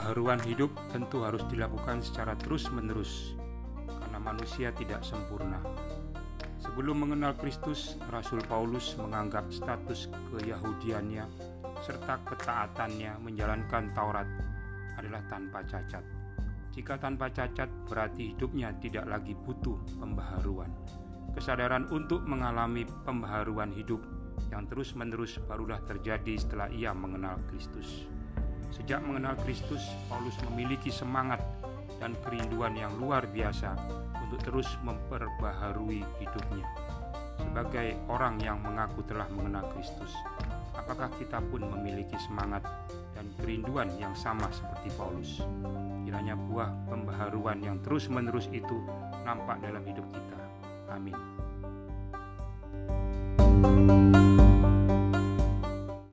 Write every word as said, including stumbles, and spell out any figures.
Pembaharuan hidup tentu harus dilakukan secara terus-menerus, karena manusia tidak sempurna. Sebelum mengenal Kristus, Rasul Paulus menganggap status keyahudiannya serta ketaatannya menjalankan Taurat adalah tanpa cacat. Jika tanpa cacat, berarti hidupnya tidak lagi butuh pembaharuan. Kesadaran untuk mengalami pembaharuan hidup yang terus-menerus barulah terjadi setelah ia mengenal Kristus. Sejak mengenal Kristus, Paulus memiliki semangat dan kerinduan yang luar biasa untuk terus memperbaharui hidupnya. Sebagai orang yang mengaku telah mengenal Kristus, apakah kita pun memiliki semangat dan kerinduan yang sama seperti Paulus? Kiranya buah pembaharuan yang terus-menerus itu nampak dalam hidup kita. Amin.